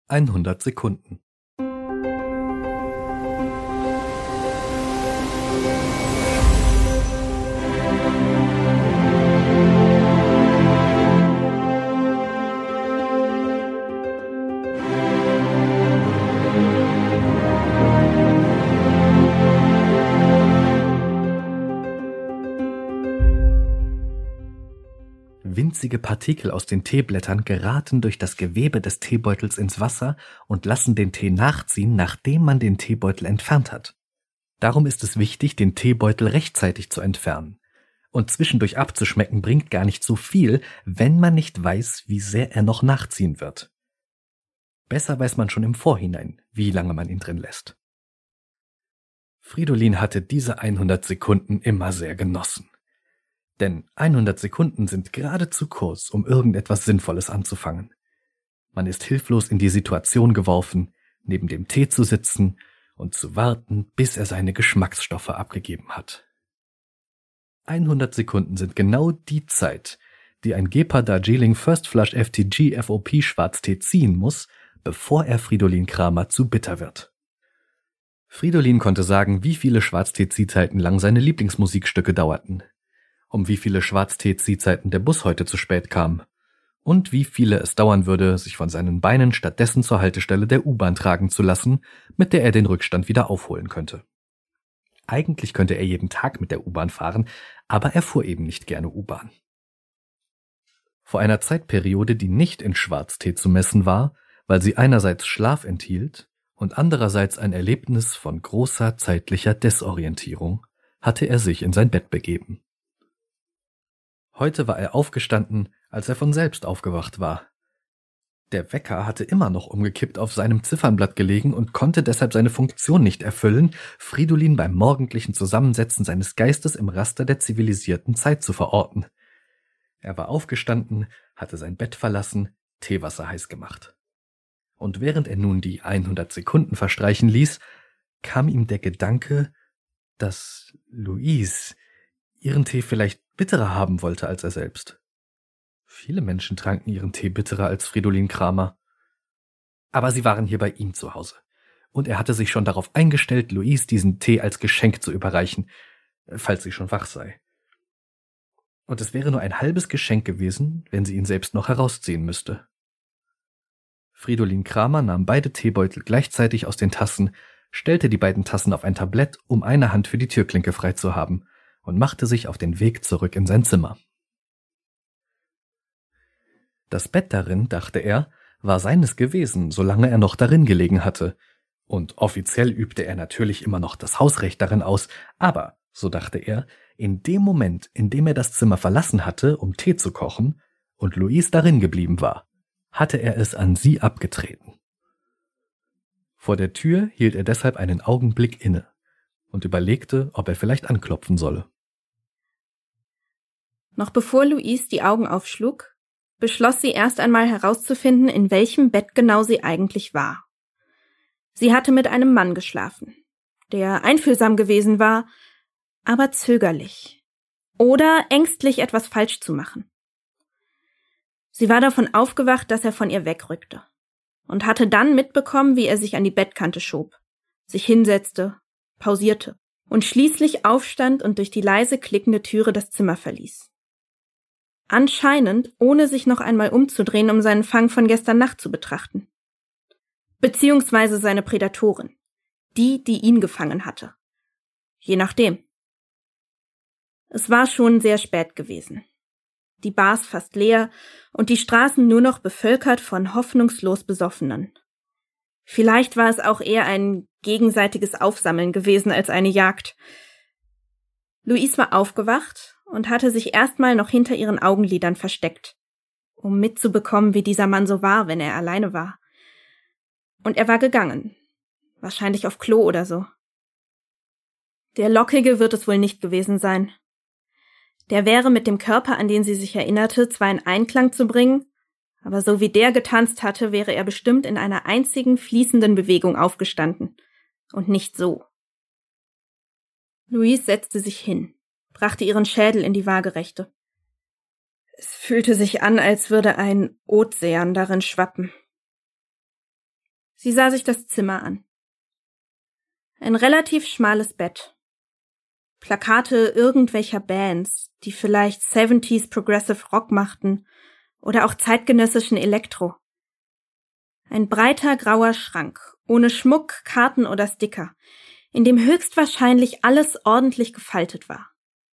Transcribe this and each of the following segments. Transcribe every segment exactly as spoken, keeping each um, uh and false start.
hundert Sekunden. Winzige Partikel aus den Teeblättern geraten durch das Gewebe des Teebeutels ins Wasser und lassen den Tee nachziehen, nachdem man den Teebeutel entfernt hat. Darum ist es wichtig, den Teebeutel rechtzeitig zu entfernen. Und zwischendurch abzuschmecken bringt gar nicht so viel, wenn man nicht weiß, wie sehr er noch nachziehen wird. Besser weiß man schon im Vorhinein, wie lange man ihn drin lässt. Fridolin hatte diese hundert Sekunden immer sehr genossen. Denn hundert Sekunden sind gerade zu kurz, um irgendetwas Sinnvolles anzufangen. Man ist hilflos in die Situation geworfen, neben dem Tee zu sitzen und zu warten, bis er seine Geschmacksstoffe abgegeben hat. hundert Sekunden sind genau die Zeit, die ein Gepa Darjeeling First Flush F T G F O P Schwarztee ziehen muss, bevor er Fridolin Kramer zu bitter wird. Fridolin konnte sagen, wie viele Schwarztee-Ziehzeiten lang seine Lieblingsmusikstücke dauerten, um wie viele Schwarztee-Ziehzeiten der Bus heute zu spät kam und wie viele es dauern würde, sich von seinen Beinen stattdessen zur Haltestelle der U-Bahn tragen zu lassen, mit der er den Rückstand wieder aufholen könnte. Eigentlich könnte er jeden Tag mit der U-Bahn fahren, aber er fuhr eben nicht gerne U-Bahn. Vor einer Zeitperiode, die nicht in Schwarztee zu messen war, weil sie einerseits Schlaf enthielt und andererseits ein Erlebnis von großer zeitlicher Desorientierung, hatte er sich in sein Bett begeben. Heute war er aufgestanden, als er von selbst aufgewacht war. Der Wecker hatte immer noch umgekippt auf seinem Ziffernblatt gelegen und konnte deshalb seine Funktion nicht erfüllen, Fridolin beim morgendlichen Zusammensetzen seines Geistes im Raster der zivilisierten Zeit zu verorten. Er war aufgestanden, hatte sein Bett verlassen, Teewasser heiß gemacht. Und während er nun die hundert Sekunden verstreichen ließ, kam ihm der Gedanke, dass Louise ihren Tee vielleicht bitterer haben wollte als er selbst. Viele Menschen tranken ihren Tee bitterer als Fridolin Kramer. Aber sie waren hier bei ihm zu Hause. Und er hatte sich schon darauf eingestellt, Louise diesen Tee als Geschenk zu überreichen, falls sie schon wach sei. Und es wäre nur ein halbes Geschenk gewesen, wenn sie ihn selbst noch herausziehen müsste. Fridolin Kramer nahm beide Teebeutel gleichzeitig aus den Tassen, stellte die beiden Tassen auf ein Tablett, um eine Hand für die Türklinke frei zu haben, und machte sich auf den Weg zurück in sein Zimmer. Das Bett darin, dachte er, war seines gewesen, solange er noch darin gelegen hatte, und offiziell übte er natürlich immer noch das Hausrecht darin aus, aber, so dachte er, in dem Moment, in dem er das Zimmer verlassen hatte, um Tee zu kochen, und Louise darin geblieben war, hatte er es an sie abgetreten. Vor der Tür hielt er deshalb einen Augenblick inne und überlegte, ob er vielleicht anklopfen solle. Noch bevor Louise die Augen aufschlug, beschloss sie erst einmal herauszufinden, in welchem Bett genau sie eigentlich war. Sie hatte mit einem Mann geschlafen, der einfühlsam gewesen war, aber zögerlich oder ängstlich, etwas falsch zu machen. Sie war davon aufgewacht, dass er von ihr wegrückte und hatte dann mitbekommen, wie er sich an die Bettkante schob, sich hinsetzte, pausierte und schließlich aufstand und durch die leise klickende Türe das Zimmer verließ. Anscheinend, ohne sich noch einmal umzudrehen, um seinen Fang von gestern Nacht zu betrachten. Beziehungsweise seine Prädatorin, die, die ihn gefangen hatte. Je nachdem. Es war schon sehr spät gewesen. Die Bars fast leer und die Straßen nur noch bevölkert von hoffnungslos Besoffenen. Vielleicht war es auch eher ein gegenseitiges Aufsammeln gewesen als eine Jagd. Louise war aufgewacht und hatte sich erstmal noch hinter ihren Augenlidern versteckt, um mitzubekommen, wie dieser Mann so war, wenn er alleine war. Und er war gegangen, wahrscheinlich auf Klo oder so. Der Lockige wird es wohl nicht gewesen sein. Der wäre mit dem Körper, an den sie sich erinnerte, zwar in Einklang zu bringen, aber so wie der getanzt hatte, wäre er bestimmt in einer einzigen fließenden Bewegung aufgestanden. Und nicht so. Louise setzte sich hin, brachte ihren Schädel in die Waagerechte. Es fühlte sich an, als würde ein Ozean darin schwappen. Sie sah sich das Zimmer an. Ein relativ schmales Bett. Plakate irgendwelcher Bands, die vielleicht siebziger Progressive Rock machten oder auch zeitgenössischen Elektro. Ein breiter grauer Schrank, ohne Schmuck, Karten oder Sticker, in dem höchstwahrscheinlich alles ordentlich gefaltet war.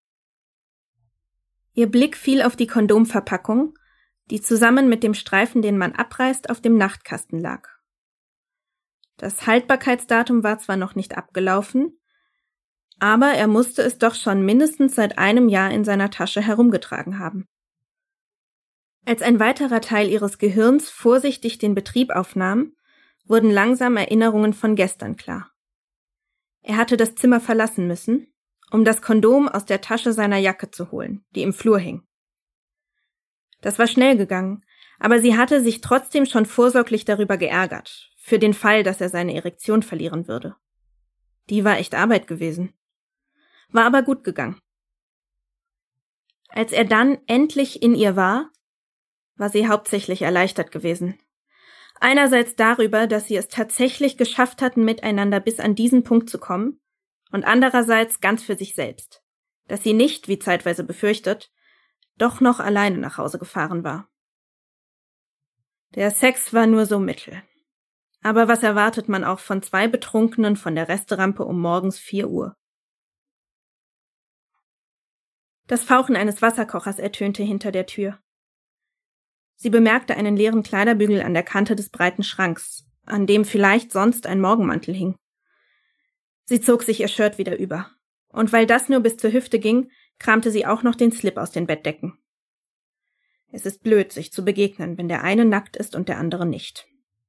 Ihr Blick fiel auf die Kondomverpackung, die zusammen mit dem Streifen, den man abreißt, auf dem Nachtkasten lag. Das Haltbarkeitsdatum war zwar noch nicht abgelaufen, aber er musste es doch schon mindestens seit einem Jahr in seiner Tasche herumgetragen haben. Als ein weiterer Teil ihres Gehirns vorsichtig den Betrieb aufnahm, wurden langsam Erinnerungen von gestern klar. Er hatte das Zimmer verlassen müssen, um das Kondom aus der Tasche seiner Jacke zu holen, die im Flur hing. Das war schnell gegangen, aber sie hatte sich trotzdem schon vorsorglich darüber geärgert, für den Fall, dass er seine Erektion verlieren würde. Die war echt Arbeit gewesen. War aber gut gegangen. Als er dann endlich in ihr war, war sie hauptsächlich erleichtert gewesen. Einerseits darüber, dass sie es tatsächlich geschafft hatten, miteinander bis an diesen Punkt zu kommen, und andererseits ganz für sich selbst, dass sie nicht, wie zeitweise befürchtet, doch noch alleine nach Hause gefahren war. Der Sex war nur so mittel. Aber was erwartet man auch von zwei Betrunkenen von der Resterampe um morgens vier Uhr? Das Fauchen eines Wasserkochers ertönte hinter der Tür. Sie bemerkte einen leeren Kleiderbügel an der Kante des breiten Schranks, an dem vielleicht sonst ein Morgenmantel hing. Sie zog sich ihr Shirt wieder über. Und weil das nur bis zur Hüfte ging, kramte sie auch noch den Slip aus den Bettdecken. Es ist blöd, sich zu begegnen, wenn der eine nackt ist und der andere nicht.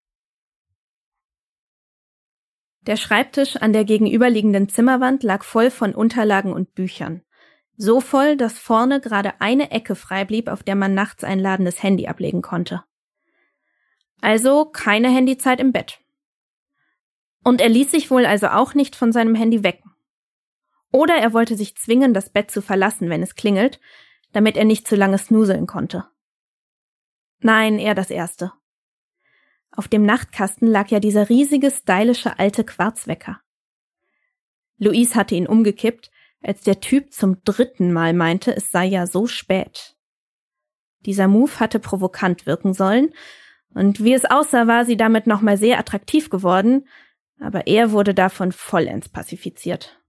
Der Schreibtisch an der gegenüberliegenden Zimmerwand lag voll von Unterlagen und Büchern. So voll, dass vorne gerade eine Ecke frei blieb, auf der man nachts ein ladendes Handy ablegen konnte. Also keine Handyzeit im Bett. Und er ließ sich wohl also auch nicht von seinem Handy wecken. Oder er wollte sich zwingen, das Bett zu verlassen, wenn es klingelt, damit er nicht zu lange snoozeln konnte. Nein, eher das Erste. Auf dem Nachtkasten lag ja dieser riesige, stylische alte Quarzwecker. Louise hatte ihn umgekippt, als der Typ zum dritten Mal meinte, es sei ja so spät. Dieser Move hatte provokant wirken sollen, und wie es aussah, war sie damit nochmal sehr attraktiv geworden, aber er wurde davon vollends pazifiziert.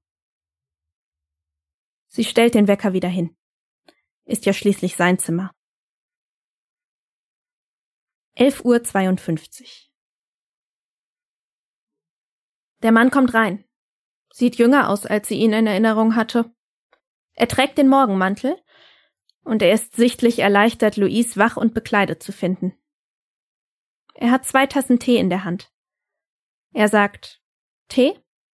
Sie stellt den Wecker wieder hin. Ist ja schließlich sein Zimmer. elf Uhr zweiundfünfzig. Der Mann kommt rein. Sieht jünger aus, als sie ihn in Erinnerung hatte. Er trägt den Morgenmantel und er ist sichtlich erleichtert, Louise wach und bekleidet zu finden. Er hat zwei Tassen Tee in der Hand. Er sagt, Tee?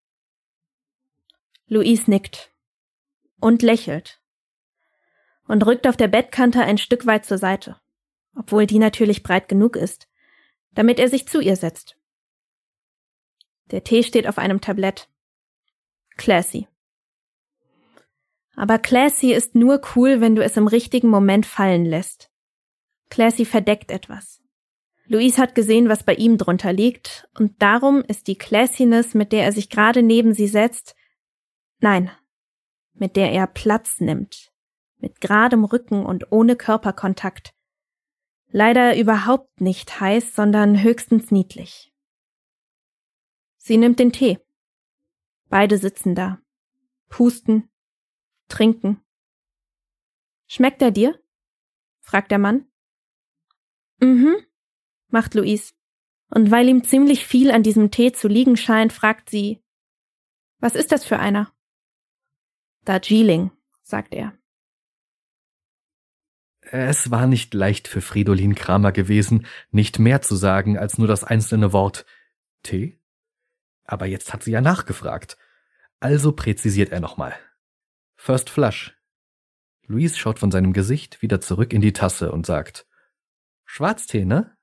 Louise nickt und lächelt und rückt auf der Bettkante ein Stück weit zur Seite, obwohl die natürlich breit genug ist, damit er sich zu ihr setzt. Der Tee steht auf einem Tablett. Classy. Aber classy ist nur cool, wenn du es im richtigen Moment fallen lässt. Classy verdeckt etwas. Louise hat gesehen, was bei ihm drunter liegt, und darum ist die Classiness, mit der er sich gerade neben sie setzt, nein, mit der er Platz nimmt, mit geradem Rücken und ohne Körperkontakt, leider überhaupt nicht heiß, sondern höchstens niedlich. Sie nimmt den Tee. Beide sitzen da, pusten, trinken. »Schmeckt er dir?« fragt der Mann. »Mhm«, macht Louise. Und weil ihm ziemlich viel an diesem Tee zu liegen scheint, fragt sie, »Was ist das für einer?« »Darjeeling«, sagt er. Es war nicht leicht für Fridolin Kramer gewesen, nicht mehr zu sagen als nur das einzelne Wort »Tee?« Aber jetzt hat sie ja nachgefragt. Also präzisiert er nochmal. »First Flush.« Louise schaut von seinem Gesicht wieder zurück in die Tasse und sagt, »Schwarztee, ne?«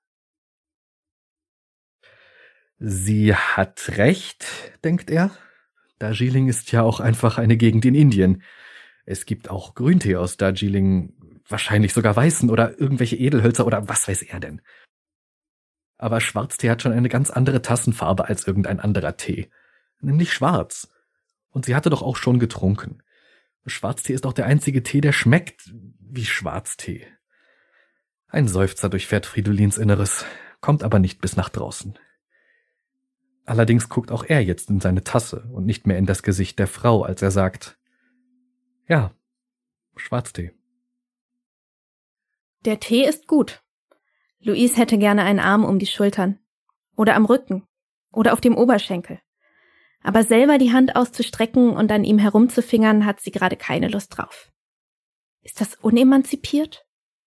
Sie hat recht, denkt er. Darjeeling ist ja auch einfach eine Gegend in Indien. Es gibt auch Grüntee aus Darjeeling, wahrscheinlich sogar weißen oder irgendwelche Edelhölzer oder was weiß er denn. Aber Schwarztee hat schon eine ganz andere Tassenfarbe als irgendein anderer Tee. Nämlich schwarz. Und sie hatte doch auch schon getrunken. Schwarztee ist auch der einzige Tee, der schmeckt wie Schwarztee. Ein Seufzer durchfährt Fridolins Inneres, kommt aber nicht bis nach draußen. Allerdings guckt auch er jetzt in seine Tasse und nicht mehr in das Gesicht der Frau, als er sagt: Ja, Schwarztee. Der Tee ist gut. Louise hätte gerne einen Arm um die Schultern. Oder am Rücken. Oder auf dem Oberschenkel. Aber selber die Hand auszustrecken und an ihm herumzufingern, hat sie gerade keine Lust drauf. Ist das unemanzipiert?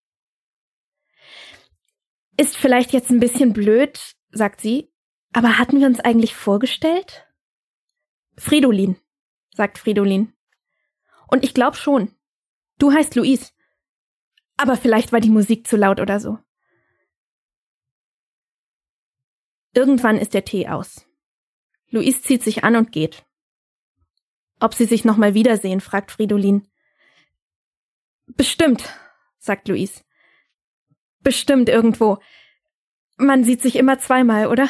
Ist vielleicht jetzt ein bisschen blöd, sagt sie, aber hatten wir uns eigentlich vorgestellt? Fridolin, sagt Fridolin. Und ich glaube schon. Du heißt Louise. Aber vielleicht war die Musik zu laut oder so. Irgendwann ist der Tee aus. Louise zieht sich an und geht. Ob sie sich nochmal wiedersehen, fragt Fridolin. Bestimmt, sagt Louise. Bestimmt irgendwo. Man sieht sich immer zweimal, oder?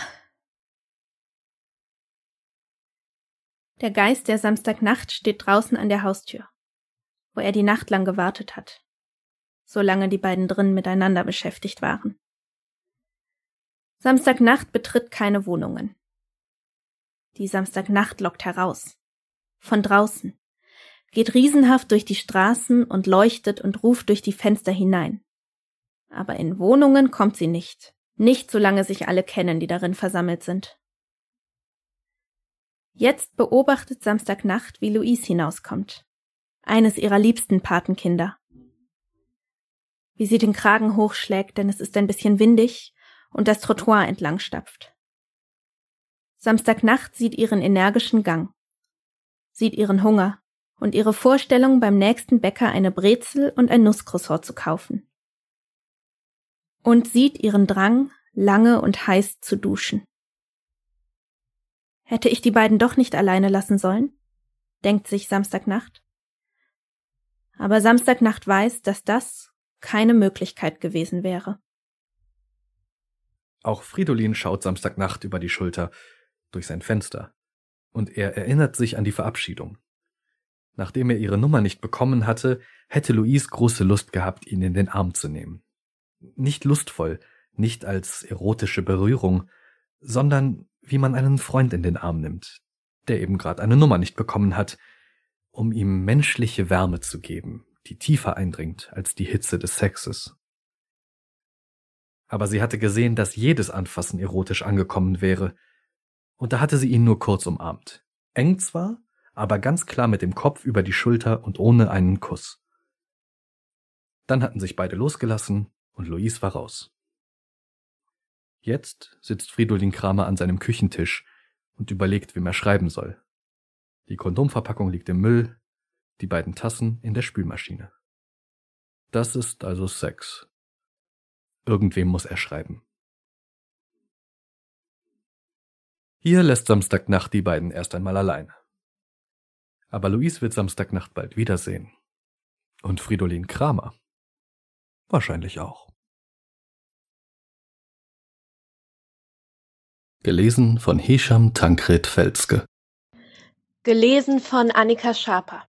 Der Geist der Samstagnacht steht draußen an der Haustür, wo er die Nacht lang gewartet hat, solange die beiden drinnen miteinander beschäftigt waren. Samstagnacht betritt keine Wohnungen. Die Samstagnacht lockt heraus. Von draußen. Geht riesenhaft durch die Straßen und leuchtet und ruft durch die Fenster hinein. Aber in Wohnungen kommt sie nicht. Nicht, solange sich alle kennen, die darin versammelt sind. Jetzt beobachtet Samstagnacht, wie Louise hinauskommt. Eines ihrer liebsten Patenkinder. Wie sie den Kragen hochschlägt, denn es ist ein bisschen windig, und das Trottoir entlang stapft. Samstagnacht sieht ihren energischen Gang, sieht ihren Hunger und ihre Vorstellung, beim nächsten Bäcker eine Brezel und ein Nusscroissant zu kaufen. Und sieht ihren Drang, lange und heiß zu duschen. Hätte ich die beiden doch nicht alleine lassen sollen? Denkt sich Samstagnacht. Aber Samstagnacht weiß, dass das keine Möglichkeit gewesen wäre. Auch Fridolin schaut Samstagnacht über die Schulter, durch sein Fenster, und er erinnert sich an die Verabschiedung. Nachdem er ihre Nummer nicht bekommen hatte, hätte Louise große Lust gehabt, ihn in den Arm zu nehmen. Nicht lustvoll, nicht als erotische Berührung, sondern wie man einen Freund in den Arm nimmt, der eben gerade eine Nummer nicht bekommen hat, um ihm menschliche Wärme zu geben, die tiefer eindringt als die Hitze des Sexes. Aber sie hatte gesehen, dass jedes Anfassen erotisch angekommen wäre, und da hatte sie ihn nur kurz umarmt. Eng zwar, aber ganz klar mit dem Kopf über die Schulter und ohne einen Kuss. Dann hatten sich beide losgelassen und Louise war raus. Jetzt sitzt Fridolin Kramer an seinem Küchentisch und überlegt, wem er schreiben soll. Die Kondomverpackung liegt im Müll, die beiden Tassen in der Spülmaschine. Das ist also Sex. Irgendwem muss er schreiben. Hier lässt Samstagnacht die beiden erst einmal allein. Aber Louise wird Samstagnacht bald wiedersehen. Und Fridolin Kramer wahrscheinlich auch. Gelesen von Hesham Tankred Felske. Gelesen von Annika Schaper.